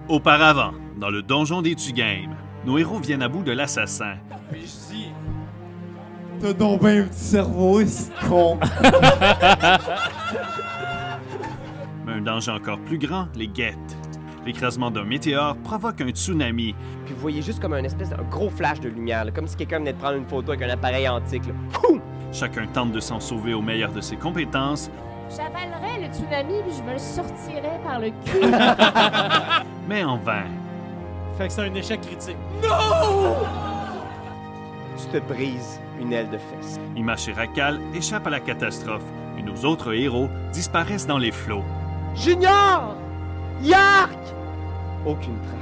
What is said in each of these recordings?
Auparavant, dans le donjon des Tugames, nos héros viennent à bout de l'assassin. Puis je dis... T'as donc ben un petit cerveau, c'est con. Mais un danger encore plus grand les guette. L'écrasement d'un météore provoque un tsunami. Puis vous voyez juste comme un espèce de gros flash de lumière, là, comme si quelqu'un venait de prendre une photo avec un appareil antique. Là. Poum! Chacun tente de s'en sauver au meilleur de ses compétences, J'avalerais le tsunami puis je me le sortirais par le cul. mais en vain. Fait que c'est un échec critique. Tu te brises une aile de fesse. Image et Racal échappent à la catastrophe, et nos autres héros disparaissent dans les flots. Junior! Yark! Aucune trace.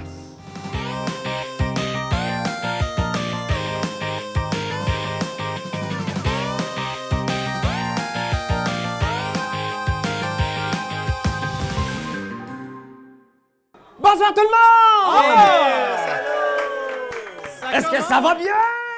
Bonsoir tout le monde! Est-ce que ça va bien?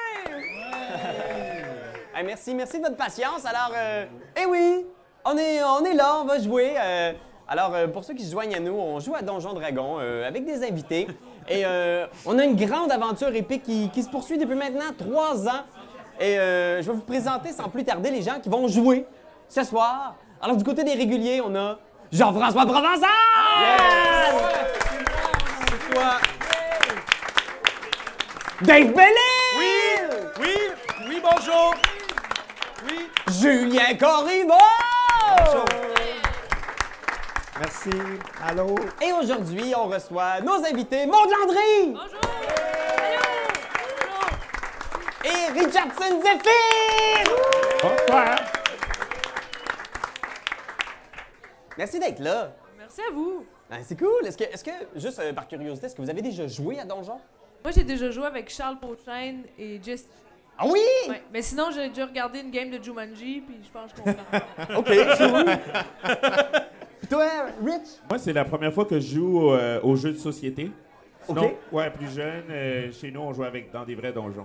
Hey, merci de votre patience. Alors, oui, on est là, on va jouer. Alors, pour ceux qui se joignent à nous, on joue à Donjon Dragon avec des invités. Et on a une grande aventure épique qui se poursuit depuis maintenant 3 ans. Et je vais vous présenter sans plus tarder les gens qui vont jouer ce soir. Alors, du côté des réguliers, on a Jean-François Provençal! C'est toi! Dave Bellil! Oui, bonjour! Oui! Julien Corriveau! Merci. Allô? Et aujourd'hui, on reçoit nos invités Maud Landry! Bonjour! Et Richardson Zephyr! Bonsoir. Merci d'être là. Merci à vous. Ben, c'est cool. Est-ce que juste par curiosité, est-ce que vous avez déjà joué à Donjon? Moi, j'ai déjà joué avec Charles Beauchesne et Jess. Ah oui? Ouais. Mais sinon, j'ai déjà regardé une game de Jumanji, puis je pense que je comprends. OK, cool. Puis toi, Rich? Moi, c'est la première fois que je joue aux jeux de société. Sinon, OK. ouais, plus jeune, chez nous, on jouait dans des vrais donjons.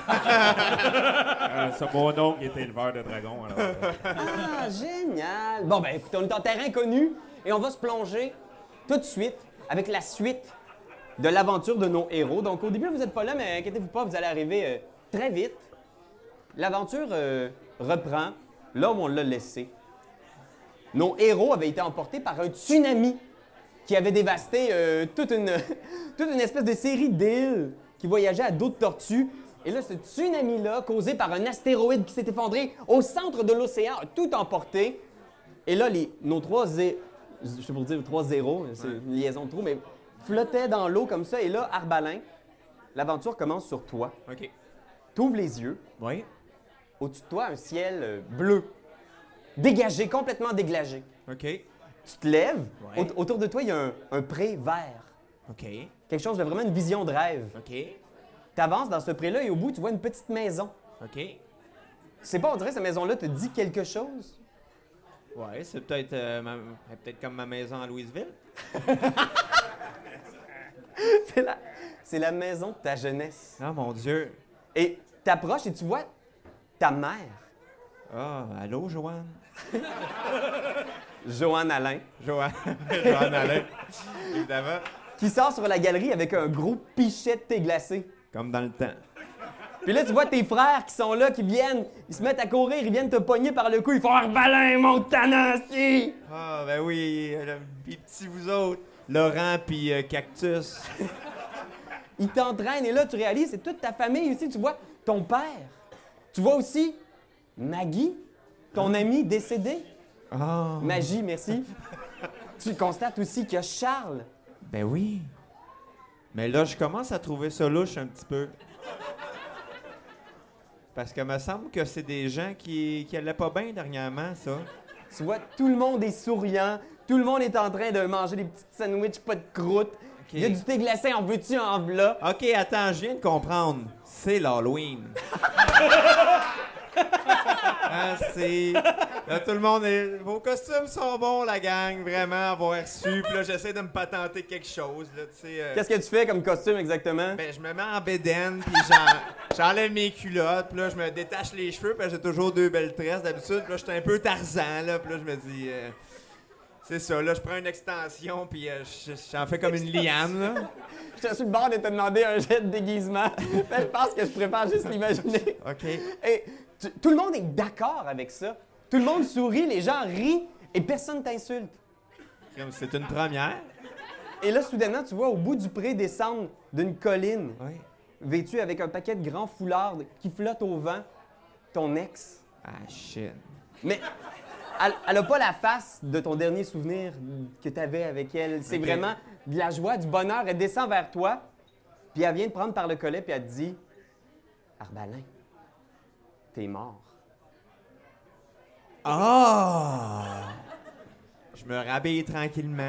C'est mon oncle qui était éleveur de dragons. Alors, Ah, génial! Bon, ben écoutez, on est en terrain connu et on va se plonger tout de suite avec la suite de l'aventure de nos héros. Donc, au début, vous n'êtes pas là, mais inquiétez-vous pas, vous allez arriver très vite. L'aventure reprend là où on l'a laissé. Nos héros avaient été emportés par un tsunami qui avait dévasté toute une espèce de série d'îles qui voyageaient à dos de tortue. Et là, ce tsunami-là, causé par un astéroïde qui s'est effondré au centre de l'océan, a tout emporté. Et là, nos 3 zéros, je sais pas dire 3 zéros, c'est une liaison de trop, mais flottaient dans l'eau comme ça. Et là, Arbalin, l'aventure commence sur toi. OK. T'ouvres les yeux. Oui. Au-dessus de toi, un ciel bleu, dégagé, complètement déglagé. OK. Tu te lèves, Ouais. autour de toi, il y a un pré vert. OK. Quelque chose de vraiment une vision de rêve. OK. Tu avances dans ce pré-là et au bout, tu vois une petite maison. OK. Tu sais pas, on dirait que cette maison-là te dit quelque chose. Ouais, c'est peut-être peut-être comme ma maison à Louisville. C'est la maison de ta jeunesse. Ah, mon Dieu. Et t'approches et tu vois ta mère, Ah, allô, Joanne? Joanne Alain, Joanne Alain, évidemment. qui sort sur la galerie avec un gros pichet de thé glacé. Comme dans le temps. Puis là, tu vois tes frères qui sont là, qui viennent, ils se mettent à courir, ils viennent te pogner par le cou, ils font « Arbalin, monte ta nasty! Ah, ben oui, les petits vous autres. Laurent puis Cactus. Ils t'entraînent et là, tu réalises, c'est toute ta famille ici. Tu vois ton père. Tu vois aussi Maggie, ton ami décédé. Ah. Magie, merci. Tu constates aussi qu'il y a Charles. Ben oui. Mais là, je commence à trouver ça louche un petit peu. Parce que me semble que c'est des gens qui allaient pas bien dernièrement, ça. Tu vois, tout le monde est souriant. Tout le monde est en train de manger des petites sandwichs, pas de croûte. Il y a du thé glacé, en veux-tu, en v'là. OK, attends, je viens de comprendre. C'est l'Halloween. Ah, c'est... Là, tout le monde est... Vos costumes sont bons, la gang, vraiment, avoir reçu. Puis là, j'essaie de me patenter quelque chose, là, tu sais... Qu'est-ce que tu fais comme costume exactement? Ben, je me mets en bédaine, puis j'enlève mes culottes, puis là, je me détache les cheveux, puis j'ai toujours 2 belles tresses d'habitude. Puis là, je suis un peu Tarzan, là, puis là, je me dis... C'est ça, là, je prends une extension, puis j'en fais comme une liane, là. J'étais sur le bord de te demander un jet de déguisement. Mais je pense que je préfère juste l'imaginer. OK. Et tout le monde est d'accord avec ça. Tout le monde sourit, les gens rient et personne t'insulte. C'est une première. Et là, soudainement, tu vois au bout du pré descendre d'une colline, Oui. vêtue avec un paquet de grands foulards qui flottent au vent, ton ex. Ah, shit. Mais elle a pas la face de ton dernier souvenir que tu avais avec elle. C'est Ok. vraiment de la joie, du bonheur. Elle descend vers toi, puis elle vient te prendre par le collet, puis elle te dit « Arbalin, t'es mort. Ah! Je me rhabille tranquillement.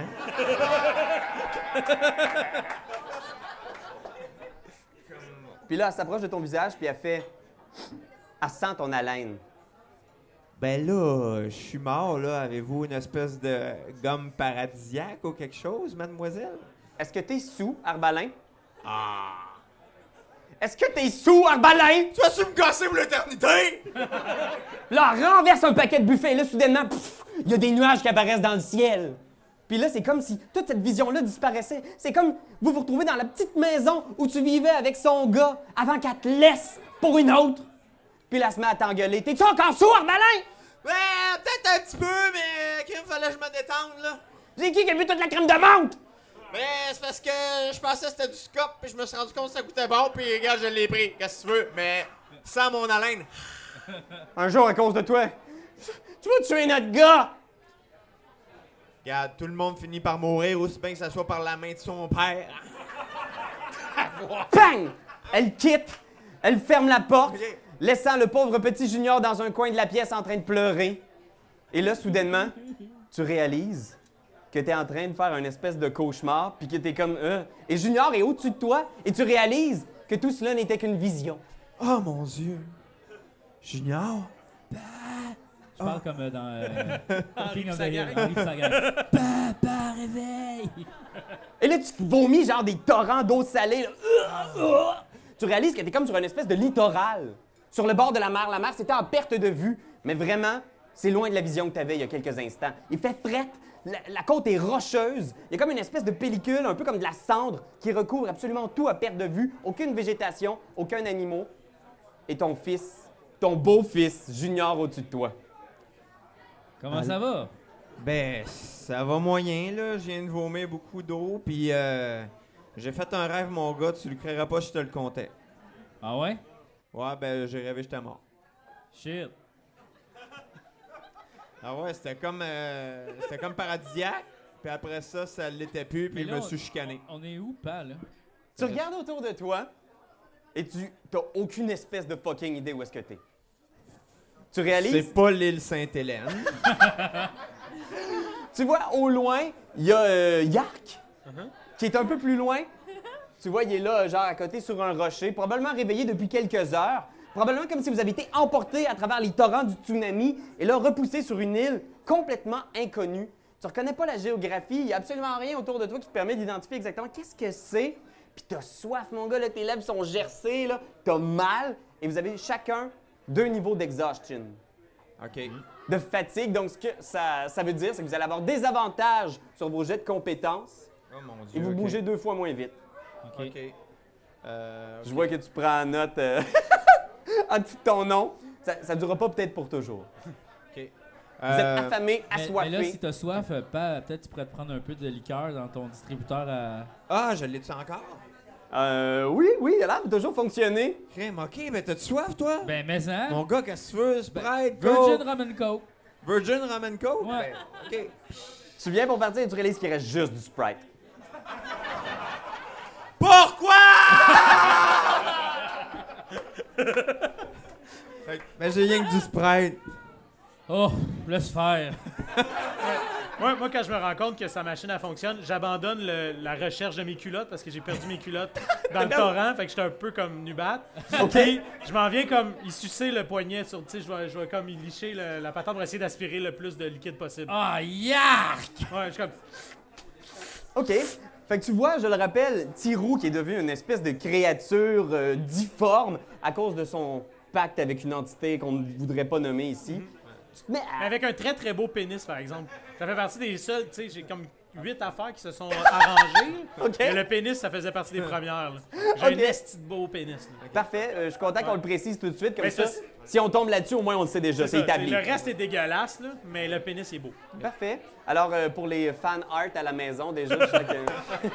Puis là, elle s'approche de ton visage, puis elle fait « Elle sent ton haleine. Ben là, je suis mort, là. Avez-vous une espèce de gomme paradisiaque ou quelque chose, mademoiselle? Est-ce que t'es sous, Arbalin? Ah! Est-ce que t'es sous, Arbalin? Tu vas-tu me casser pour l'éternité? Là, elle renverse un paquet de buffets. Là, soudainement, il y a des nuages qui apparaissent dans le ciel. Puis là, c'est comme si toute cette vision-là disparaissait. C'est comme vous vous retrouvez dans la petite maison où tu vivais avec son gars avant qu'elle te laisse pour une autre. Puis là, elle se met à t'engueuler. T'es-tu encore sous, Arbalin? Ouais, peut-être un petit peu, mais qu'il fallait que je me détende, là. C'est qui a bu toute la crème de menthe? Mais c'est parce que je pensais que c'était du scop, puis je me suis rendu compte que ça coûtait bon, puis regarde, je l'ai pris. Qu'est-ce que tu veux? Mais sans mon haleine. Un jour, à cause de toi, tu vas tuer notre gars! Regarde, tout le monde finit par mourir, aussi bien que ça soit par la main de son père. Bang! Elle quitte, elle ferme la porte, Ok. laissant le pauvre petit Junior dans un coin de la pièce en train de pleurer. Et là, soudainement, tu réalises que t'es en train de faire une espèce de cauchemar, puis que t'es comme... Et Junior est au-dessus de toi, et tu réalises que tout cela n'était qu'une vision. Oh mon Dieu. Junior? Je parle comme dans King of the Hill, Henri pis sa gang. Papa, réveille! Et là, tu vomis genre des torrents d'eau salée. Là. Tu réalises que t'es comme sur une espèce de littoral, sur le bord de la mer. La mer, c'était en perte de vue, mais vraiment, c'est loin de la vision que t'avais il y a quelques instants. Il fait fret, la côte est rocheuse, il y a comme une espèce de pellicule, un peu comme de la cendre, qui recouvre absolument tout à perte de vue. Aucune végétation, aucun animal. Et ton fils, ton beau-fils, Junior, au-dessus de toi. Comment ça va? Ben, ça va moyen, là. Je viens de vomir beaucoup d'eau, puis j'ai fait un rêve, mon gars, tu le créeras pas si je te le contais. Ah ouais? Ouais, ben, j'ai rêvé, j'étais mort. Shit. Ah ouais, c'était comme paradisiaque, puis après ça, ça l'était plus, puis Mais je là, me suis chicané. On est où, pas, là? Tu regardes autour de toi et tu t'as aucune espèce de fucking idée où est-ce que t'es. Tu réalises? C'est pas l'île Sainte-Hélène. Tu vois, au loin, il y a Yark, qui est un peu plus loin. Tu vois, il est là, genre, à côté sur un rocher, probablement réveillé depuis quelques heures. Probablement comme si vous avez été emporté à travers les torrents du tsunami et là, repoussé sur une île complètement inconnue. Tu reconnais pas la géographie, il y a absolument rien autour de toi qui te permet d'identifier exactement qu'est-ce que c'est. Puis t'as soif, mon gars, là, tes lèvres sont gercées, là, t'as mal, et vous avez chacun 2 niveaux d'exhaustion. OK. De fatigue. Donc, ce que ça veut dire, c'est que vous allez avoir des avantages sur vos jets de compétences Oh mon Dieu. et vous ok. bougez 2 fois moins vite. OK. OK. Je vois que tu prends en note en dessous de ton nom. Ça ne durera pas peut-être pour toujours. OK. Vous êtes affamé, Mais assoiffé. là, si t'as soif, peut-être tu pourrais te prendre un peu de liqueur dans ton distributeur à... Ah, je l'ai-tu encore? Oui, il a l'air de toujours fonctionner. Crème, OK, mais t'as-tu soif, toi? Ben, mais ça... Mon gars, qu'est-ce que tu veux? Sprite, Virgin Coke? Rum and Coke. Virgin Rum and Coke? Ouais. Ben, OK. Tu viens pour partir et tu réalises qu'il reste juste du Sprite. Pourquoi? Mais j'ai rien que du Sprite. Oh, laisse faire. Moi, quand je me rends compte que sa machine elle fonctionne, j'abandonne la recherche de mes culottes parce que j'ai perdu mes culottes dans le torrent, fait que j'étais un peu comme nubat. OK. Et je m'en viens comme y sucer le poignet sur, tu sais, je vais comme y licher la patente pour essayer d'aspirer le plus de liquide possible. Ah, yark! Ouais, je suis comme... OK. Fait que tu vois, je le rappelle, Tirou qui est devenu une espèce de créature difforme à cause de son pacte avec une entité qu'on ne voudrait pas nommer ici. tu te mets à... Avec un très très beau pénis, par exemple. Ça fait partie des seuls, tu sais, j'ai comme 8 affaires qui se sont arrangées. OK. Mais le pénis, ça faisait partie des premières. là. J'ai OK. un esti de beau pénis. là. Parfait, je suis content qu'on le précise tout de suite, comme Mais ça, ça, si on tombe là-dessus, au moins on le sait déjà, c'est ça, établi. Le reste est dégueulasse, là, mais le pénis est beau. Parfait. Alors, pour les fan art à la maison, déjà, je sais que...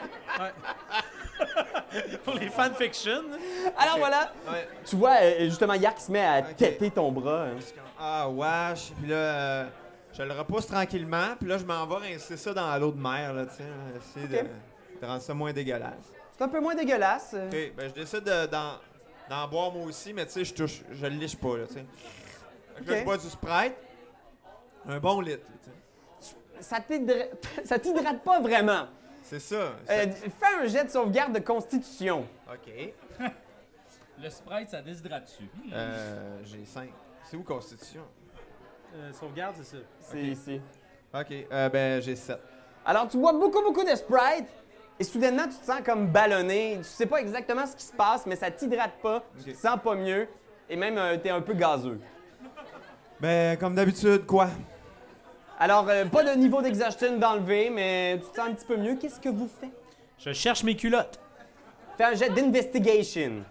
Pour les fanfictions. Alors voilà, Ouais. tu vois, justement, Yark se met à têter ton bras. hein. Ah, wesh. Puis là, je le repousse tranquillement. Puis là, je m'en vais rincer ça dans l'eau de mer, là, tu sais. Essayer de rendre ça moins dégueulasse. C'est un peu moins dégueulasse. OK, ben je décide d'en boire moi aussi, mais tu sais, je le liche pas, là, tu sais. Fait que là, OK. je bois du Sprite. Un bon litre, là, tu sais. Ça t'hydrate pas vraiment. C'est ça. Fais un jet de sauvegarde de constitution. OK. Le Sprite, ça déshydrate-tu. J'ai 5. C'est où Constitution? Sauvegarde, c'est ça. C'est ici. OK, ben j'ai 7. Alors, tu bois beaucoup de Sprite et soudainement, tu te sens comme ballonné. Tu sais pas exactement ce qui se passe, mais ça t'hydrate pas. Tu te sens pas mieux et même t'es un peu gazeux. Ben, comme d'habitude, quoi? Alors, pas de niveau d'exhaustion d'enlever, mais tu te sens un petit peu mieux. Qu'est-ce que vous faites? Je cherche mes culottes. Fais un jet d'investigation.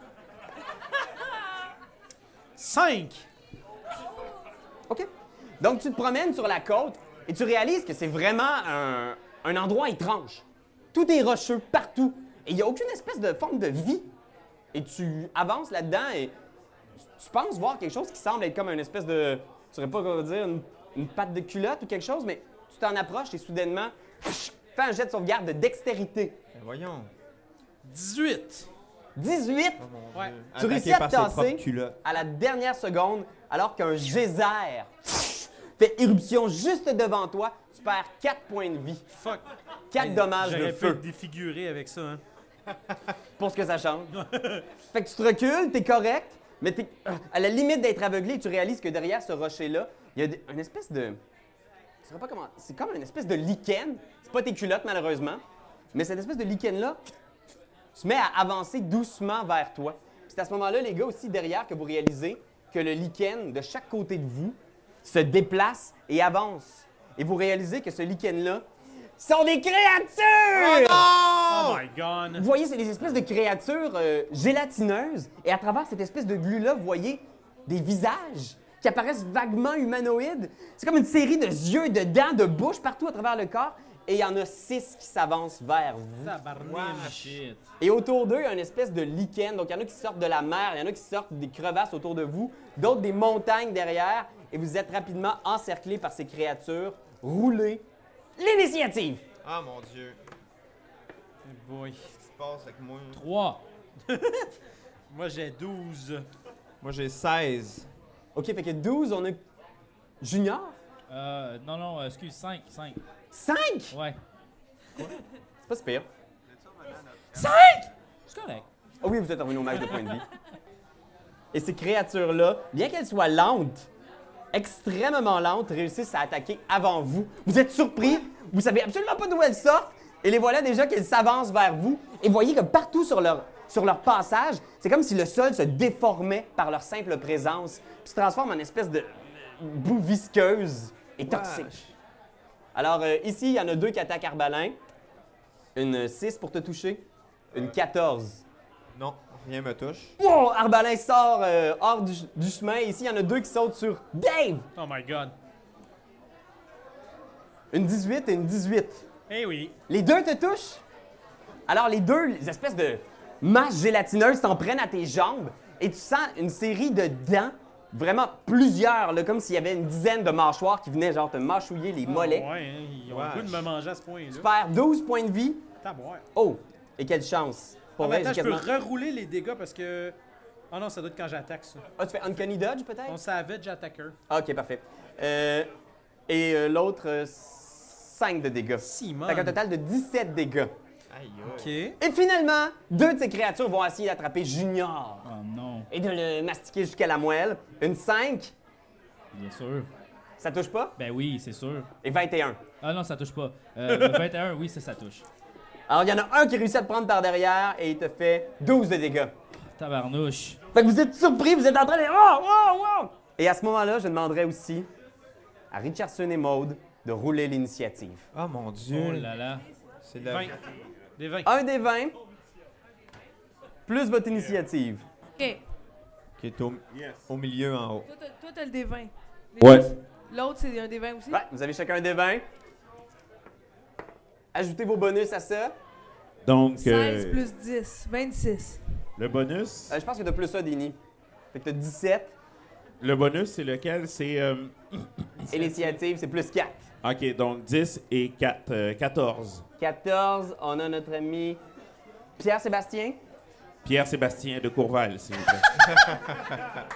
5. OK. Donc, tu te promènes sur la côte et tu réalises que c'est vraiment un endroit étrange. Tout est rocheux partout et il n'y a aucune espèce de forme de vie. Et tu avances là-dedans et tu penses voir quelque chose qui semble être comme une espèce de... Tu saurais pas comment dire, une patte de culotte ou quelque chose, mais tu t'en approches et soudainement, fais un jet de sauvegarde de dextérité. Ben, voyons. 18. 18 Ouais. Tu Attaqué réussis à par te ses tasser propres culottes. à la dernière seconde alors qu'un geyser fait éruption juste devant toi. Tu perds 4 points de vie. Fuck. 4 dommages de J'aurais pu feu. être défiguré avec ça, hein. Pour ce que ça change. Fait que tu te recules, t'es correct, mais t'es à la limite d'être aveuglé et tu réalises que derrière ce rocher-là, il y a une espèce de... Je saurais pas comment... C'est comme une espèce de lichen. C'est pas tes culottes, malheureusement. Mais cette espèce de lichen-là se met à avancer doucement vers toi. Puis c'est à ce moment-là, les gars, aussi derrière, que vous réalisez que le lichen, de chaque côté de vous, se déplace et avance. Et vous réalisez que ce lichen-là sont des créatures! Oh my god. Vous voyez, c'est des espèces de créatures gélatineuses. Et à travers cette espèce de glu-là, vous voyez des visages qui apparaissent vaguement humanoïdes. C'est comme une série de yeux, et de dents, de bouches partout à travers le corps. Et il y en a 6 qui s'avancent vers vous. Tabarnak. Shit. Et autour d'eux, il y a une espèce de lichen. Donc, il y en a qui sortent de la mer, il y en a qui sortent des crevasses autour de vous, d'autres des montagnes derrière. Et vous êtes rapidement encerclés par ces créatures. Roulez l'initiative! Ah, mon Dieu. Boy. Qu'est-ce qui se passe avec moi? 3. Moi, j'ai 12. Moi, j'ai 16. OK, fait que 12, on a Junior. Non, excuse, 5. 5! Ouais. C'est pas si pire. C'est correct. Ah oui, vous êtes revenu au match de points de vie. Et ces créatures-là, bien qu'elles soient lentes, extrêmement lentes, réussissent à attaquer avant vous. Vous êtes surpris, vous savez absolument pas d'où elles sortent, et les voilà déjà qu'elles s'avancent vers vous. Et vous voyez que partout sur leur passage, c'est comme si le sol se déformait par leur simple présence, puis se transforme en espèce de boue visqueuse et toxique. Wesh. Alors ici, il y en a 2 qui attaquent Arbalin. Une 6 pour te toucher, une 14. Non, rien me touche. Wow! Arbalin sort hors du chemin. Ici, il y en a 2 qui sautent sur Dave. Oh my god. Une 18 et une 18. Eh oui. Les 2 te touchent. Alors, les espèces de masses gélatineuses s'en prennent à tes jambes et tu sens une série de dents, vraiment plusieurs, là, comme s'il y avait une dizaine de mâchoires qui venaient genre te mâchouiller les mollets. Ah ouais, hein, ils ont le goût de me manger à ce point-là. Tu perds 12 points de vie. Taboire. Oh! Et quelle chance. Pour Ah, vrai, mais attends, j'ai je peux quasiment- rerouler les dégâts parce que... Ah non, ça doit être quand j'attaque, ça. Ah, tu fais Uncanny Dodge, peut-être? On savait, j'attaqueur. Ah, OK, parfait. L'autre, 5 de dégâts. Simon. Fait qu'un total de 17 dégâts. Aïe, OK. aïe. Et finalement, 2 de ces créatures vont essayer d'attraper Junior Oh non. et de le mastiquer jusqu'à la moelle. Une 5, Bien sûr. ça touche pas. Ben oui, c'est sûr. Et 21. Ah non, ça touche pas. 21, oui, ça touche. Alors, il y en a un qui réussit à te prendre par derrière et il te fait 12 de dégâts. Tabarnouche. Fait que vous êtes surpris, vous êtes en train de... Oh, wow, wow! Et à ce moment-là, je demanderais aussi à Richardson et Maude de rouler l'initiative. Oh mon Dieu. Oh là là. C'est le... 20. Des 20. Un des 20, plus votre initiative. OK. Qui est au milieu en haut. Toi, t'as le D20. Ouais. L'autre, c'est un D20 aussi? Ouais, vous avez chacun un des 20. Ajoutez vos bonus à ça. Donc, 16 plus 10, 26. le bonus. Je pense que t'as plus ça, Denis. Fait que t'as 17. Le bonus, c'est lequel? C'est. Initiative, c'est plus 4. OK, donc 10 et 4. 14. 14, on a notre ami Pierre-Sébastien. Pierre-Sébastien de Courval, s'il vous plaît.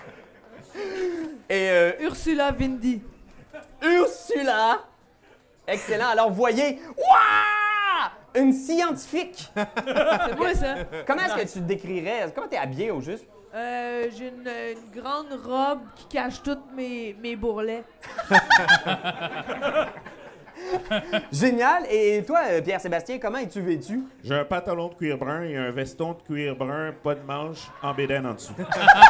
Et Ursula Vindy. Ursula. Excellent. Alors, voyez. Waouh! Une scientifique. C'est moi, ça. Comment est-ce que tu te décrirais? Comment t'es habillé au juste? J'ai une grande robe qui cache tous mes bourrelets. Génial. Et toi, Pierre-Sébastien, comment es-tu vêtu? J'ai un pantalon de cuir brun et un veston de cuir brun, pas de manche, en bédaine en dessous.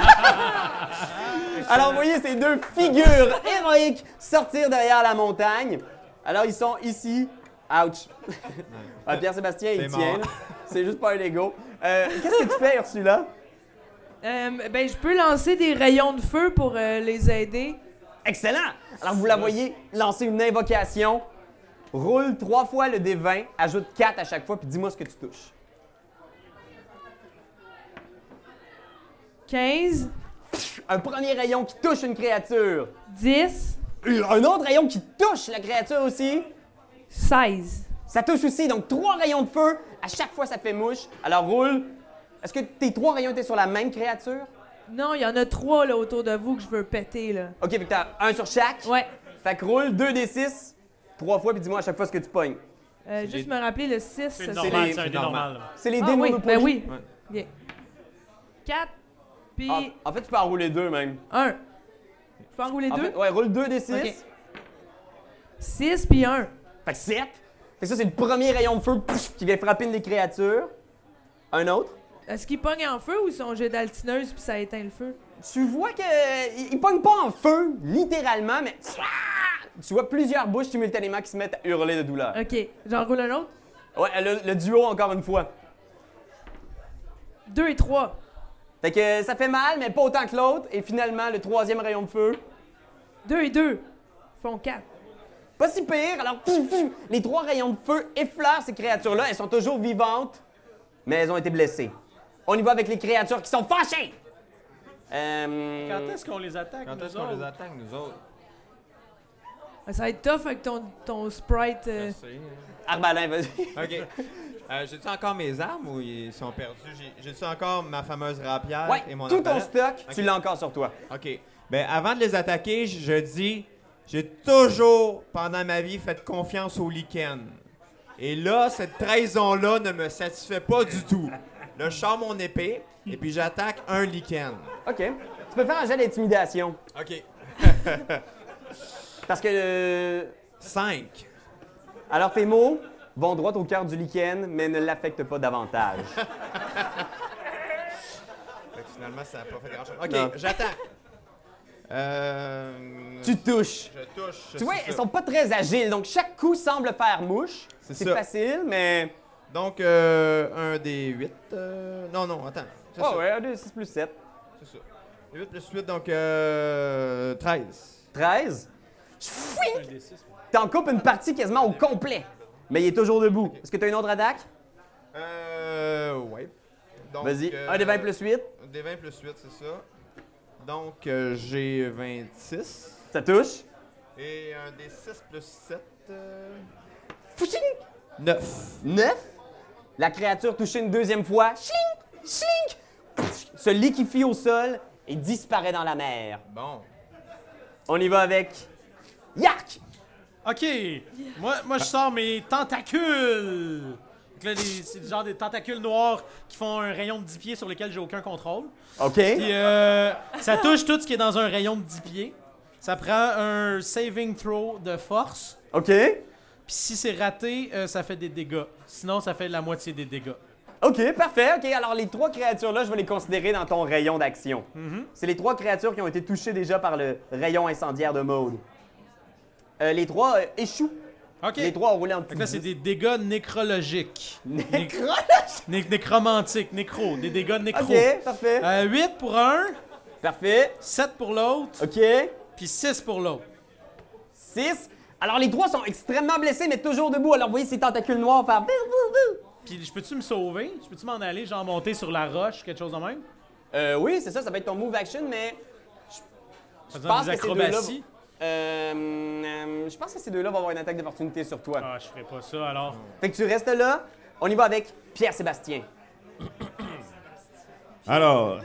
Alors, vous voyez ces deux figures héroïques sortir derrière la montagne. Alors, ils sont ici. Ouch. Pierre-Sébastien, il C'est tient. mort. là. C'est juste pas un Lego. Qu'est-ce que tu fais, Ursula? Ben, je peux lancer des rayons de feu pour les aider. Excellent! Alors, vous la voyez lancer une invocation. Roule 3 fois le D20, ajoute 4 à chaque fois, puis dis-moi ce que tu touches. 15, Un premier rayon qui touche une créature. 10, Un autre rayon qui touche la créature aussi. 16. Ça touche aussi, donc 3 rayons de feu. À chaque fois, ça fait mouche. Alors, roule. Est-ce que tes 3 rayons étaient sur la même créature? Non, il y en a 3 là, autour de vous que je veux péter, là. OK, fait que t'as un sur chaque. Ouais. Fait que roule 2d6, 3 fois, puis dis-moi à chaque fois ce que tu pognes. Juste me rappeler, le 6, C'est ça normal, les- c'est un dé normal. normal. C'est les Ah dés oui, Monopoly. ben oui. Ouais. Bien. 4, puis En fait, tu peux en rouler 2 même. 1. Je peux en rouler En 2? fait, ouais, roule 2d6. Ok. 6 puis 1. Fait que 7. Fait que ça, c'est le premier rayon de feu pouf, qui vient frapper une des créatures. Un autre. Est-ce qu'ils pognent en feu ou ils sont jets d'altineuse puis ça éteint le feu? Tu vois que il pogne pas en feu, littéralement, mais tu vois plusieurs bouches simultanément qui se mettent à hurler de douleur. OK. J'en roule un autre? Ouais, le duo encore une fois. 2 et 3. Fait que ça fait mal, mais pas autant que l'autre. Et finalement, le troisième rayon de feu. 2 et 2. Font 4. Pas si pire. Alors, les 3 rayons de feu effleurent ces créatures-là. Elles sont toujours vivantes, mais elles ont été blessées. On y va avec les créatures qui sont fâchées. Quand est-ce qu'on les attaque, Quand nous est-ce qu'on autres? les attaque, nous autres? Ça va être tough avec ton sprite. Je sais. Arbalin, vas-y. OK. J'ai-tu encore mes armes ou ils sont perdus? J'ai-tu encore ma fameuse rapière Ouais, et mon tout ton arbalète? stock, Ok. tu l'as encore sur toi. OK. Ben, avant de les attaquer, je dis, j'ai toujours, pendant ma vie, fait confiance au lichen. Et là, cette trahison-là ne me satisfait pas du tout. Là, je sors mon épée et puis j'attaque un lichen. OK. Tu peux faire un jet d'intimidation. OK. Parce que... 5. Alors, tes mots vont droit au cœur du lichen, mais ne l'affectent pas davantage. Finalement, ça n'a pas fait grand-chose. Non. OK, j'attaque. Tu touches. Je touche. Tu vois, c'est elles ça. sont pas très agiles, donc chaque coup semble faire mouche. C'est C'est ça. facile, mais... Donc, un des 8. Non, attends. C'est Oh ça. ouais, 1, 2, 6 plus 7. C'est ça. 8 plus 8, donc 13. 13. Fouic! T'en coupes une partie quasiment au complet. Mais il est toujours debout. Est-ce que tu as une autre attaque? Ouais. Donc, Vas-y. Un des 20 plus 8. Un des 20 plus 8, c'est ça. Donc, j'ai 26. Ça touche. Et un des 6 plus 7. Fouching! 9. 9. La créature touchée une deuxième fois. Chling! Chling! Pff, se liquéfie au sol et disparaît dans la mer. Bon. On y va avec... Yak! OK. Moi, je sors mes tentacules. Donc là, c'est le genre des tentacules noirs qui font un rayon de 10 pieds sur lesquels j'ai aucun contrôle. OK. Puis ça touche tout ce qui est dans un rayon de 10 pieds. Ça prend un saving throw de force. OK. Puis si c'est raté, ça fait des dégâts. Sinon, ça fait la moitié des dégâts. OK, parfait. OK, alors les 3 créatures-là, je vais les considérer dans ton rayon d'action. C'est les 3 créatures qui ont été touchées déjà par le rayon incendiaire de Maud. Les 3 échouent. OK. Les 3 ont roulé en Fait dessous. que là, c'est des dégâts nécrologiques. Nécrologiques. Nécromantiques, des dégâts nécro. OK, parfait. 8 pour un, Parfait. 7 pour l'autre, OK. puis 6 pour l'autre. 6. Alors, les 3 sont extrêmement blessés, mais toujours debout. Alors, vous voyez ces tentacules noirs faire... Puis je peux-tu me sauver? Je peux-tu m'en aller, genre monter sur la roche, quelque chose de même? Oui, c'est ça va être ton move action, mais... Ça Je pense des que ces deux-là... acrobaties? Je pense que ces deux-là vont avoir une attaque d'opportunité sur toi. Ah, je ferai pas ça, alors. Fait que tu restes là. On y va avec Pierre-Sébastien. Alors,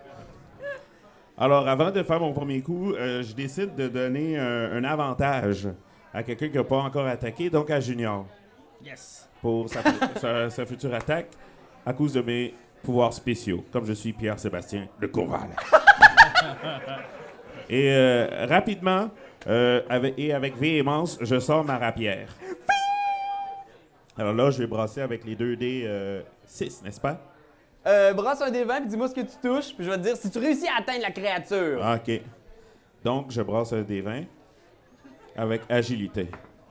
avant de faire mon premier coup, je décide de donner un avantage à quelqu'un qui n'a pas encore attaqué, donc à Junior. Yes. Pour sa future attaque, à cause de mes pouvoirs spéciaux, comme je suis Pierre-Sébastien de Courval. Et rapidement, avec véhémence, je sors ma rapière. Alors là, je vais brasser avec les 2D 6, n'est-ce pas? Brasse un des 20 puis dis-moi ce que tu touches, puis je vais te dire si tu réussis à atteindre la créature. Ah, OK. Donc, je brasse un des 20 avec agilité.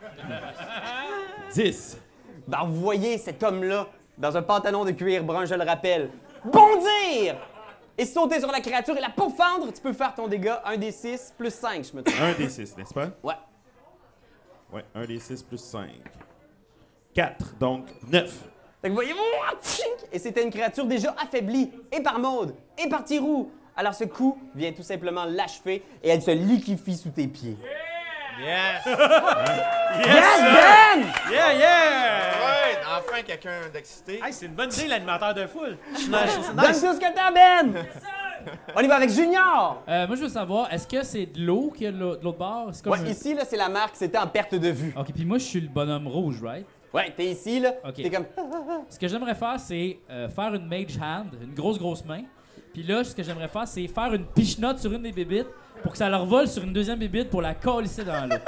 10. Ben, vous voyez cet homme-là, dans un pantalon de cuir brun, je le rappelle, bondir et sauter sur la créature et la pourfendre. Tu peux faire ton dégât 1 des 6 plus 5, je me trompe. 1 des 6, n'est-ce pas? Ouais. Ouais, 1 des 6 plus 5. 4, donc 9. Fait que vous voyez, et c'était une créature déjà affaiblie, et par Maude, et par Tirou. Alors ce coup vient tout simplement l'achever, et elle se liquéfie sous tes pieds. Yes! Yes, Ben! Yeah, yeah! Ouais, enfin quelqu'un d'excité. Hey, c'est une bonne idée, l'animateur de foule. C'est Donne nice. tout ce que t'as, Ben! On y va avec Junior! Moi, je veux savoir, est-ce que c'est de l'eau qu'il y a de l'autre bord? C'est comme Ouais, ici, là, c'est la marque, c'était en perte de vue. OK, puis moi, je suis le bonhomme rouge, right? Ouais, t'es ici, là, Ok. t'es comme... Ce que j'aimerais faire, c'est faire une mage hand, une grosse main. Puis là, ce que j'aimerais faire, c'est faire une pichenote sur une des bébites pour que ça leur vole sur une deuxième bébite pour la colisser dans l'eau.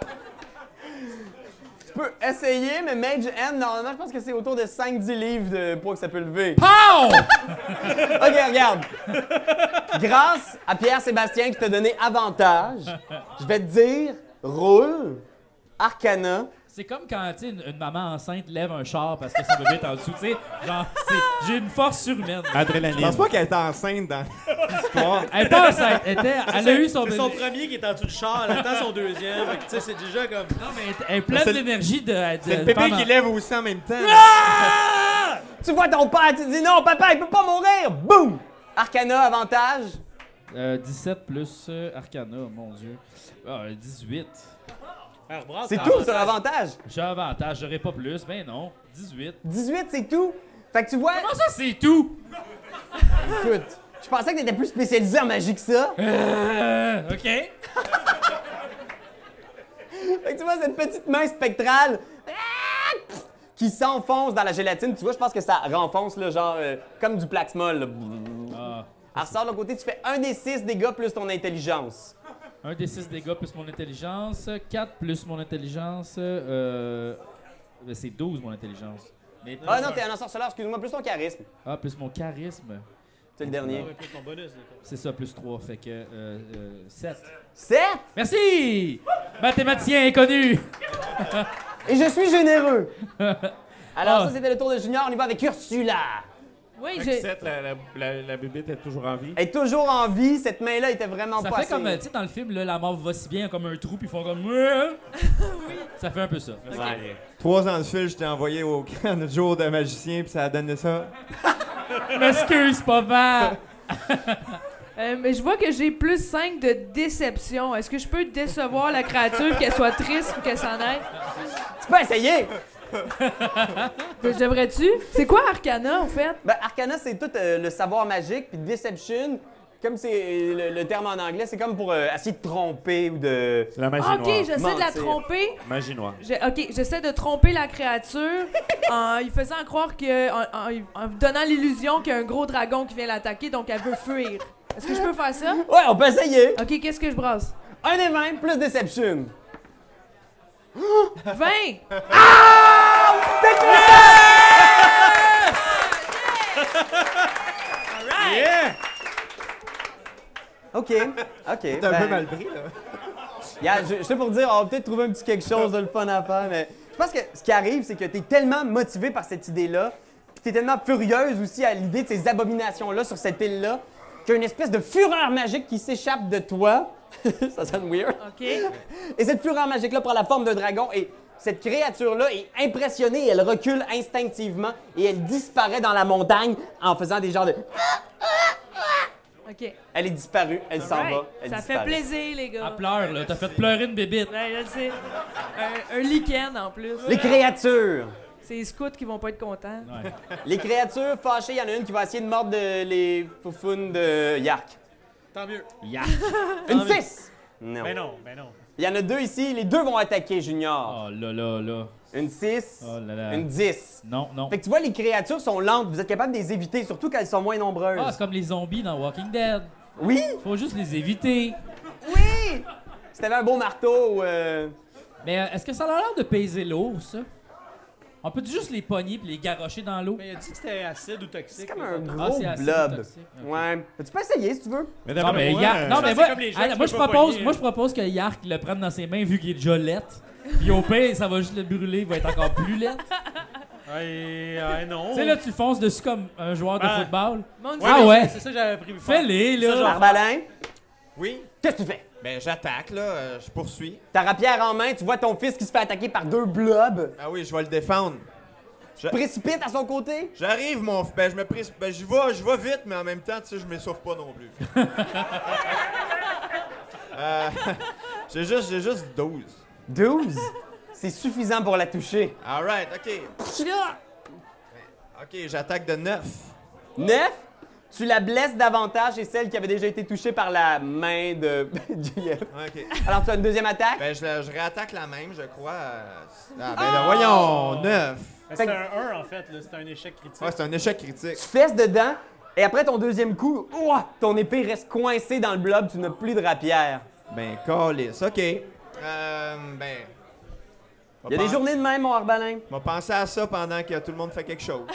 Tu peux essayer, mais Mage Hand, normalement, je pense que c'est autour de 5-10 livres de poids que ça peut lever. Pow! OK, regarde. Grâce à Pierre-Sébastien qui t'a donné avantage, je vais te dire, roule, Arcana. C'est comme quand, tu sais, une maman enceinte lève un char parce que son bébé est en dessous, tu sais. Genre, j'ai une force surhumaine. Je Adrénaline. pense pas qu'elle était enceinte dans l'histoire. Elle est pas enceinte, elle a eu son C'est bébé. son premier qui est en dessous du char, elle attend son deuxième. Fait que, tu sais, c'est déjà comme. Non, mais elle est pleine C'est- d'énergie de C'est le bébé femme qui lève aussi en même temps. Tu vois ton père, tu te dis non, papa, il peut pas mourir. Boum! Arcana, avantage. 17 plus Arcana, mon Dieu. 18. Faire brasse, C'est ça tout, avance. c'est un avantage. J'ai avantage, j'aurais pas plus. Ben non, 18. 18, c'est tout. Fait que tu vois, Comment ça, c'est tout? écoute, je pensais que t'étais plus spécialisé en magie que ça. OK. Fait que tu vois cette petite main spectrale qui s'enfonce dans la gélatine. Tu vois, je pense que ça renfonce, là, genre, comme du plaxmol. Là. Ah, Elle ressort de l'autre côté, tu fais 1 des 6 dégâts plus ton intelligence. 1 des 6 dégâts plus mon intelligence. 4 plus mon intelligence. Ben, c'est 12 mon intelligence. Mais, Ah non, t'es un ensorceleur, excuse-moi, plus ton charisme. ah, plus mon charisme. C'est le dernier. Ouais, plus ton bonus. C'est ça, plus 3. Fait que 7. 7! Merci! Mathématicien inconnu! Et je suis généreux. Alors, Ah. ça, c'était le tour de Junior. On y va avec Ursula. Oui, Fait que 7, la bébête est toujours en vie. Elle est toujours en vie. Cette main-là était vraiment Ça pas fait assez. comme, tu sais, dans le film, là, la mort va si bien comme un trou, puis ils font comme. Oui. Ça fait un peu ça. 3 ans de fil, je t'ai envoyé au camp de jour de magicien, puis ça a donné ça. M'excuse, papa! mais je vois que j'ai plus 5 de déception. Est-ce que je peux décevoir la créature, qu'elle soit triste ou qu'elle s'en aille? Tu peux essayer. Devrais-tu? C'est quoi Arcana, en fait? Ben, Arcana, c'est tout le savoir magique. Puis Deception, comme c'est le terme en anglais, c'est comme pour essayer de tromper ou de... C'est la magie Ah, OK, noire. j'essaie de la Mentir. tromper. Magie noire. OK, j'essaie de tromper la créature en lui faisant croire que... En lui donnant l'illusion qu'il y a un gros dragon qui vient l'attaquer, donc elle veut fuir. Est-ce que je peux faire ça? Ouais, on peut essayer. OK, qu'est-ce que je brasse? 1 des 20 plus Deception. 20! Yeah! OK. T'es un peu mal pris, là. Je sais pour dire, on va peut-être trouver un petit quelque chose de le fun à faire, mais je pense que ce qui arrive, c'est que t'es tellement motivé par cette idée-là, puis t'es tellement furieuse aussi à l'idée de ces abominations-là sur cette île-là, qu'il y a une espèce de fureur magique qui s'échappe de toi. Ça sonne weird. OK. Et cette fureur magique-là prend la forme d'un dragon et cette créature-là est impressionnée et elle recule instinctivement et elle disparaît dans la montagne en faisant des genres de... OK. Elle est disparue, elle s'en Right. va, elle Ça disparaît. fait plaisir, les gars. Elle pleure, là. T'as fait pleurer une bébite. Ouais, je le sais. Un lichen, en plus. Les créatures! C'est les scouts qui vont pas être contents. Ouais. Les créatures fâchées, il y en a une qui va essayer de mordre les foufounes de Yark. Tant mieux. Une 6! Non. Ben non, ben non. Il y en a 2 ici, les 2 vont attaquer Junior. Oh là. Une 6, Oh là là. une 10. Non. Fait que tu vois, les créatures sont lentes, vous êtes capable de les éviter, surtout quand elles sont moins nombreuses. Ah, c'est comme les zombies dans Walking Dead. Oui! Faut juste les éviter. Oui! Si t'avais un beau marteau ou... Mais est-ce que ça a l'air de peser l'eau, ça? On peut juste les pogner puis les garrocher dans l'eau? Mais il a dit que c'était acide ou toxique. C'est comme là, un ça. gros c'est assez blob. toxique. Ok. Ouais. Tu peux essayer si tu veux. Mais Non, d'après mais moi, Yark, non, je mais pense moi, que comme les gens, tu moi, peux je pas propose, pogner, moi, je propose que Yark le prenne dans ses mains vu qu'il est déjà lettre. Puis au pire, ça va juste le brûler, il va être encore plus lettre. Non. Tu sais, là, tu le fonces dessus comme un joueur de Ben, football. Monde Ah mais ouais. C'est ça que j'avais prévu. Fais-les, Ça, là. genre- Arbalin, Oui? qu'est-ce que tu fais? Ben, j'attaque, là. Je poursuis. Ta rapière en main, tu vois ton fils qui se fait attaquer par 2 blobs. Ah oui, je vais le défendre. Précipite à son côté. J'arrive, mon... Ben, je me précipite. Ben, je vais vite, mais en même temps, tu sais, je m'essouffle pas non plus. J'ai juste 12. 12? C'est suffisant pour la toucher. Alright, OK. OK, j'attaque de 9. 9? Tu la blesses davantage et celle qui avait déjà été touchée par la main de JF. OK. Alors tu as une deuxième attaque? Ben, je réattaque la même, je crois. Ah, ben, là, voyons, 9. Mais c'est un 1 en fait, là. C'est un échec critique. Ouais, c'est un échec critique. Tu fesses dedans et après ton deuxième coup, ouah, ton épée reste coincée dans le blob, tu n'as plus de rapière. Ben, calice, OK. Ben... Il y a des journées de même, mon arbalin. On va penser à ça pendant que tout le monde fait quelque chose.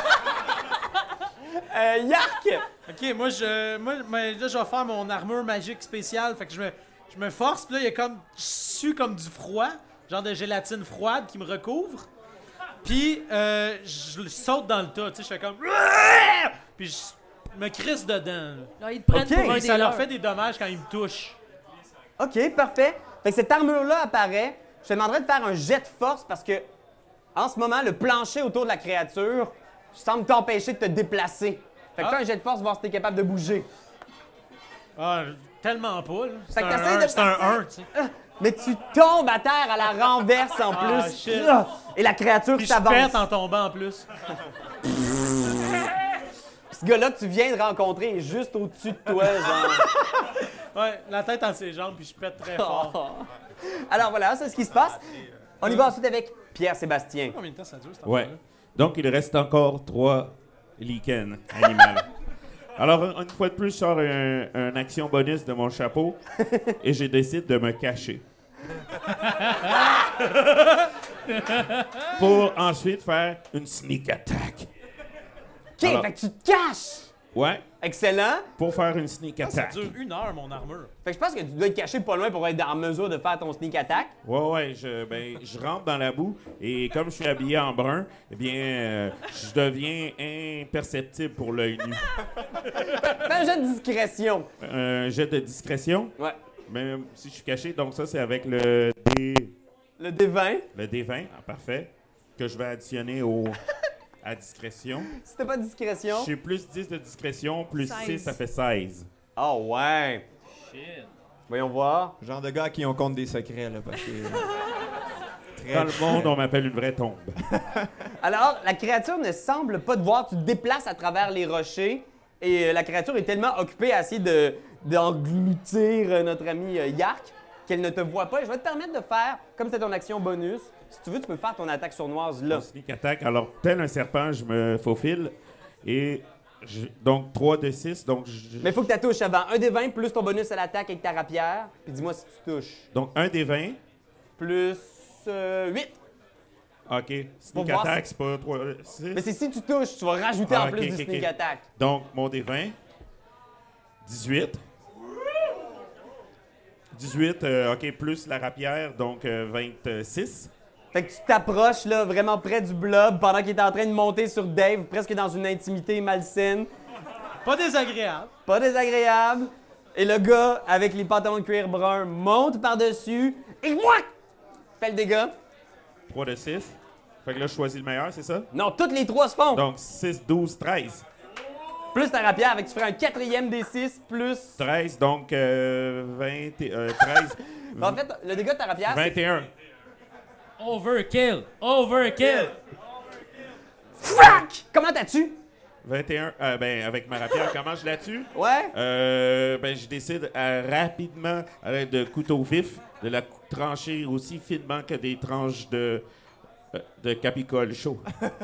Yark! Ok, moi, là, je vais faire mon armure magique spéciale. Fait que je me force, puis là, il y a comme. Je sue comme du froid, genre de gélatine froide qui me recouvre. Puis, je saute dans le tas, tu sais, je fais comme. Puis, je me crisse dedans. Là, ils te prennent Ok. pour un Et des ça leur leurs. fait des dommages quand ils me touchent. OK, parfait. Fait que cette armure-là apparaît. Je te demanderais de faire un jet de force parce que, en ce moment, le plancher autour de la créature semble t'empêcher de te déplacer. Fait que fais un jet de force, voir si t'es capable de bouger. Ah, tellement pas, là. Fait que t'essayes de C'est un partir. 1, tu sais. Mais tu tombes à terre à la renverse en Ah, plus. shit. Et la créature Puis je s'avance. pète en tombant en plus. Ce gars-là que tu viens de rencontrer est juste au-dessus de toi, genre. Ouais, la tête entre ses jambes, puis je pète très fort. Alors voilà, c'est ce qui se passe. On y va ensuite avec Pierre-Sébastien. Combien de temps ça dure, cette Ouais. affaire-là? Donc, il reste encore 3 lichens animaux. Alors, une fois de plus, je sors un action bonus de mon chapeau et je décide de me cacher. Pour ensuite faire une sneak attack. OK, Alors- fait que tu te caches. Ouais, Excellent. pour faire une sneak Ça attack. dure 1 heure, mon armure. Fait que je pense que tu dois être caché pas loin pour être en mesure de faire ton sneak attack. Ouais, je rentre dans la boue et comme je suis habillé en brun, eh bien, je deviens imperceptible pour l'œil nu. Fais un jet de discrétion. Un jet de discrétion, Ouais. même si je suis caché, donc ça, c'est avec le Le D20. le D20, parfait, que je vais additionner à discrétion. Si t'as pas de discrétion. J'ai plus 10 de discrétion, plus 16. 6, ça fait 16. Oh ouais. Shit. Voyons voir. Genre de gars à qui on compte des secrets, là, parce que... Dans le monde, on m'appelle une vraie tombe. Alors, la créature ne semble pas te voir. Tu te déplaces à travers les rochers et la créature est tellement occupée à essayer d'engloutir notre ami Yark qu'elle ne te voit pas. Et je vais te permettre de faire, comme c'est ton action bonus, si tu veux, tu peux faire ton attaque sournoise là. Mon sneak attack, alors, tel un serpent, je me faufile et donc 3 de 6, donc Mais il faut que tu touches avant. Un des 20 plus ton bonus à l'attaque avec ta rapière. Puis dis-moi si tu touches. donc 1 des 20. Plus 8. OK. Pour Sneak voir attack, c'est pas 3, 6. Mais c'est si tu touches, tu vas rajouter en ok, plus du ok, sneak ok. attack. Donc, mon D20. 18. 18, OK, plus la rapière, donc 26. Fait que tu t'approches là, vraiment près du blob pendant qu'il est en train de monter sur Dave, presque dans une intimité malsaine. Pas désagréable. Pas désagréable. Et le gars, avec les pantalons de cuir brun, monte par-dessus et wouac! Fait le dégât. 3 de 6. Fait que là, je choisis le meilleur, c'est ça? Non, toutes les trois se font. Donc 6, 12, 13. Plus ta rapière, avec tu ferais un 4e des 6 plus... 13, donc 13. En fait, le dégât de ta rapière, c'est... 21. Overkill! Overkill! Frac! Comment t'as-tu? 21. Ben, avec ma rapière, comment je la tue? Ouais? Ben, je décide rapidement, à l'aide de couteau vif, de la trancher aussi finement que des tranches de capicole chaud.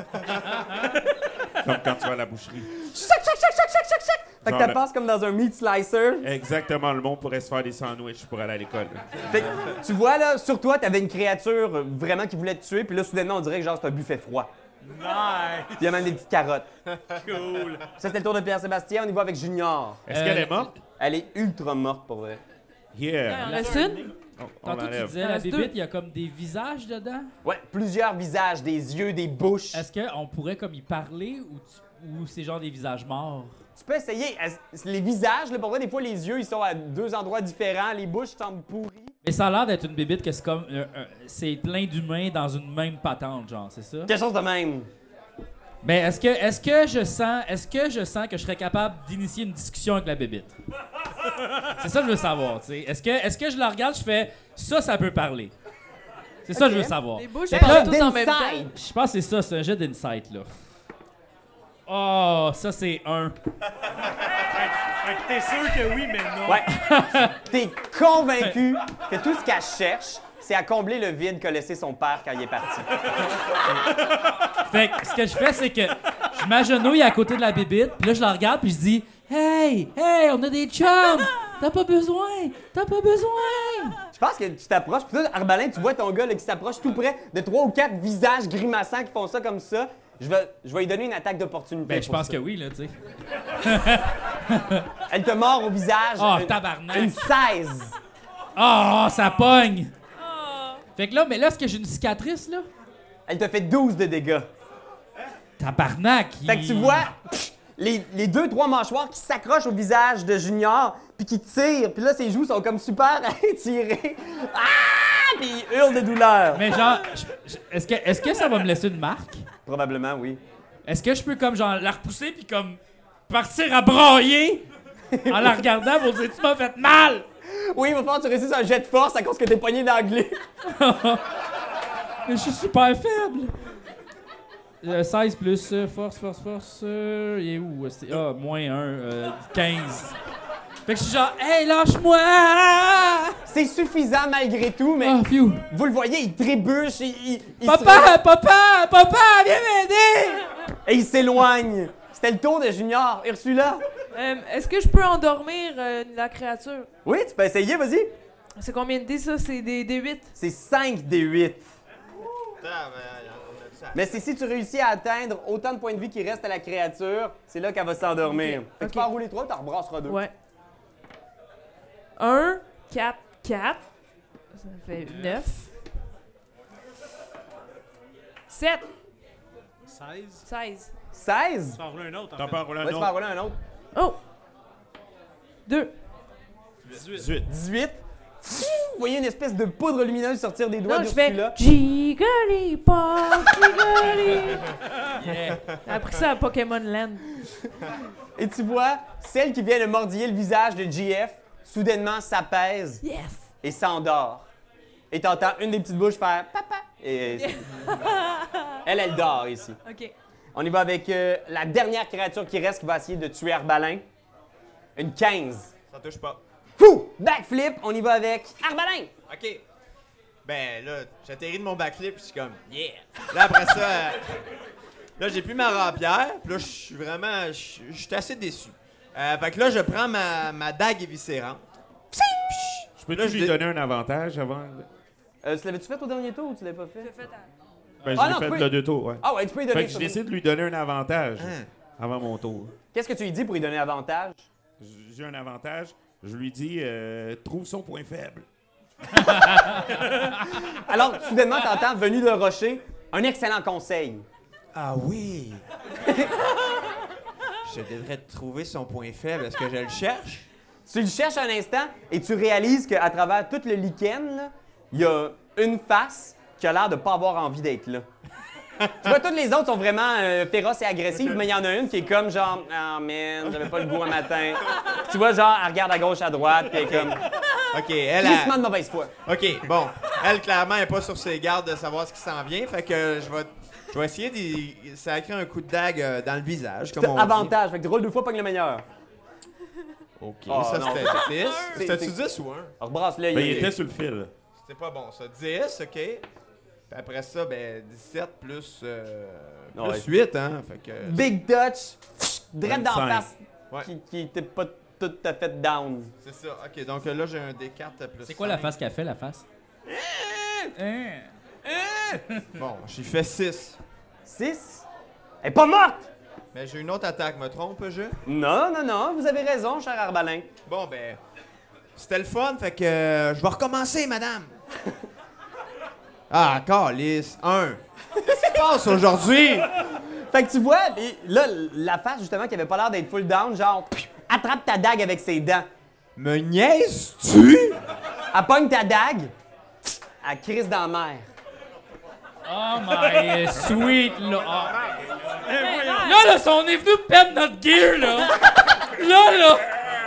Comme quand tu vas à la boucherie. Chac! Fait que Genre ça le- passe comme dans un meat slicer. Exactement, le monde pourrait se faire des sandwichs pour aller à l'école. Fait que, tu vois, là, sur toi, t'avais une créature vraiment qui voulait te tuer, puis là, soudainement, on dirait que genre c'est un buffet froid. Nice. Puis il y a même des petites carottes. Cool. Ça, c'était le tour de Pierre-Sébastien. On y va avec Junior. Est-ce qu'elle est morte? Elle est ultra morte, pour vrai. Yeah. Il en reste une? On Tantôt, tu l'enlève. disais, Il en la reste bébite, deux. il y a comme des visages dedans. Ouais, plusieurs visages, des yeux, des bouches. Est-ce qu'on pourrait comme y parler ou c'est genre des visages morts? Tu peux essayer. Les visages, là, pour vrai, des fois, les yeux, ils sont à deux endroits différents. Les bouches semblent pourries. Mais ça a l'air d'être une bébite que c'est comme... c'est plein d'humains dans une même patente, genre, c'est ça? Quelque chose de même. Mais est-ce que je sens que je serais capable d'initier une discussion avec la bébite? C'est ça que je veux savoir, tu sais. Est-ce que je la regarde, je fais ça peut parler. C'est ça que je veux savoir. Les bouches Fait que là, parlent toutes en même temps. d'insight. je pense que c'est ça, c'est un jet d'insight là. Oh, ça c'est un. Fait que t'es sûr que oui, mais non. Ouais. T'es convaincu que tout ce qu'elle cherche, c'est à combler le vide qu'a laissé son père quand il est parti. Fait que ce que je fais, c'est que je m'agenouille à côté de la bébite, puis là je la regarde, puis je dis hey, on a des chums! T'as pas besoin! Je pense que tu t'approches, puis toi, Arbalin, tu vois ton gars là, qui s'approche tout près de 3 ou 4 visages grimaçants qui font ça comme ça. Je vais lui donner une attaque d'opportunité. Ben je pour pense ça. que oui, là, tu sais. Elle te mord au visage. Oh, une- tabarnak! Une 16. Oh, ça pogne! Fait que là, mais là, est-ce que j'ai une cicatrice, là? Elle te fait 12 de dégâts. Tabarnak! Fait que tu vois les 2-3 mâchoires qui s'accrochent au visage de Junior, puis qui tirent. Puis là, ses joues sont comme super étirées. Ah! Puis il hurle de douleur. Mais genre, est-ce que ça va me laisser une marque? Probablement, oui. Est-ce que je peux comme genre la repousser puis comme partir à brailler en la regardant pour dire tu m'as fait mal? Oui, il va falloir que tu réussisses un jet de force à cause que t'es pogné dans le glue. Mais je suis super faible. 16 plus force, il est où? Moins 1, 15. Fait que je suis genre, hey, lâche-moi! C'est suffisant malgré tout, mais Ah, phew. vous le voyez, il trébuche, il Papa, viens m'aider! et il s'éloigne. C'était le tour de Junior. Ursula? Est-ce que je peux endormir la créature? Oui, tu peux essayer, vas-y. C'est combien de dés, ça? C'est des 8? C'est 5 des 8. Putain, mais on a ça. Mais c'est si tu réussis à atteindre autant de points de vie qui restent à la créature, c'est là qu'elle va s'endormir. Fait que tu peux Ok. en rouler 3, t'en rebrasseras 2. Ouais. 1, 4, 4. Ça fait 9. 7, 16. 16. 16? Tu vas en rouler un autre, en T'en fait. peux en rouler un Ouais, tu peux en autre? rouler un autre. Oh! 2. 18. 18. Vous voyez une espèce de poudre lumineuse sortir des doigts Non, je fais d'Ursula. Jiggly Pop, Jiggly. J'ai appris ça à Pokémon Land. Et tu vois, celle qui vient de mordiller le visage de GF, soudainement s'apaise Yes! et s'endort. Et t'entends une des petites bouches faire papa. Et elle dort ici. OK. On y va avec la dernière créature qui reste qui va essayer de tuer Arbalin. Une 15. Ça touche pas. Fou! Backflip, on y va avec Arbalin. OK. Ben là, j'atterris de mon backflip, puis je suis comme yeah. Là après ça, là j'ai plus ma rapière, puis là je suis vraiment, je suis assez déçu. Fait que là je prends ma dague éviscérante. Je peux Là, lui je donner un avantage avant? Tu l'avais-tu fait au dernier tour ou tu l'avais pas fait? Ben, je Ah l'ai non, fait tu peux- de 2 tours, ouais. Ah ouais, tu peux lui donner Fait que je décide de lui donner un avantage Hein? avant mon tour. Qu'est-ce que tu lui dis pour lui donner avantage? J'ai un avantage Je lui dis, trouve son point faible. Alors, soudainement, t'entends, venu de rocher, un excellent conseil. Ah oui! Je devrais trouver son point faible. Est-ce que je le cherche? Tu le cherches un instant et tu réalises qu'à travers tout le lichen, là, il y a une face qui a l'air de pas avoir envie d'être là. Tu vois, toutes les autres sont vraiment féroces et agressives, mais il y en a une qui est comme genre « Ah, man, j'avais pas le goût un matin. » Tu vois, genre, elle regarde à gauche, à droite, puis elle est comme OK, elle glissement de mauvaise foi. OK, bon. Elle, clairement, n'est pas sur ses gardes de savoir ce qui s'en vient. Fait que je vais essayer de sacrer un coup de dague dans le visage, comme on dit. Avantage, fait que tu roules 2 fois, pogne le meilleur. OK, Oh, ça, non, c'était 10. c'est- C'était-tu c'est- 10 ou 1? Alors, brasse-le, Ben, il était sur le fil. C'était pas bon, ça. 10, OK. Puis après ça, ben, 17 plus, Ouais. plus 8, hein. Fait que... Big Dutch, drette dans la 25. face, Ouais. qui était pas tout à fait down. C'est ça. OK, donc là, j'ai un D4 plus C'est quoi la 5. face qu'elle fait, la face? Bon, j'ai fait 6. 6? Elle est pas morte! Mais j'ai une autre attaque, me trompe-je? Non, non, non, vous avez raison, cher Arbalin. Bon, ben, c'était le fun, fait que je vais recommencer, madame. Ah, calice. 1. Qu'est-ce qui se passe aujourd'hui? Fait que tu vois, là, la face, justement, qui avait pas l'air d'être full down, genre, attrape ta dague avec ses dents. Me niaises-tu? Elle pogne ta dague, elle crisse dans la mer. Oh my sweet, là. Ah. Là, on est venu perdre notre gear, là. Là.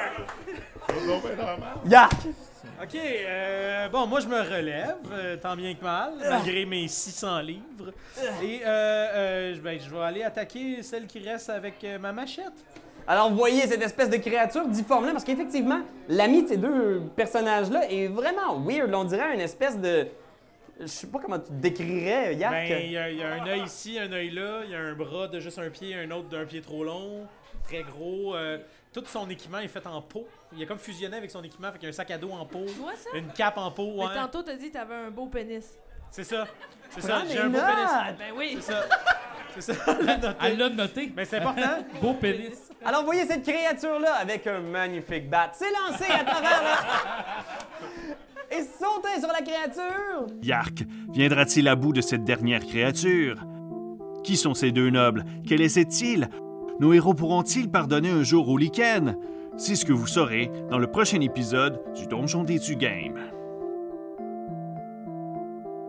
Yark! OK, bon, moi, je me relève, tant bien que mal, malgré mes 600 livres. Et ben, je vais aller attaquer celle qui reste avec ma machette. Alors, vous voyez cette espèce de créature difforme-là, parce qu'effectivement, l'ami de ces deux personnages-là est vraiment weird. Là, on dirait une espèce de... Je sais pas comment tu te décrirais, Yark. Ben, il y a un œil ici, un œil là, il y a un bras de juste un pied, un autre d'un pied trop long, très gros. Tout son équipement est fait en peau. Il a comme fusionné avec son équipement, fait qu'il y a un sac à dos en peau, Tu vois ça? une cape en peau, Mais ouais. tantôt, t'as dit que t'avais un beau pénis. C'est ça. C'est ça, Prends j'ai des un beau notes. pénis. Ben oui. C'est ça. C'est ça, elle l'a noté. Elle l'a noté. Mais c'est important. Beau pénis. Alors, vous voyez cette créature-là avec un magnifique bat. C'est lancé à travers et sauter sur la créature. Yark viendra-t-il à bout de cette dernière créature? Qui sont ces deux nobles? Quelle est cette île? Nos héros pourront-ils pardonner un jour au lichen? C'est ce que vous saurez dans le prochain épisode du Donjon des Game.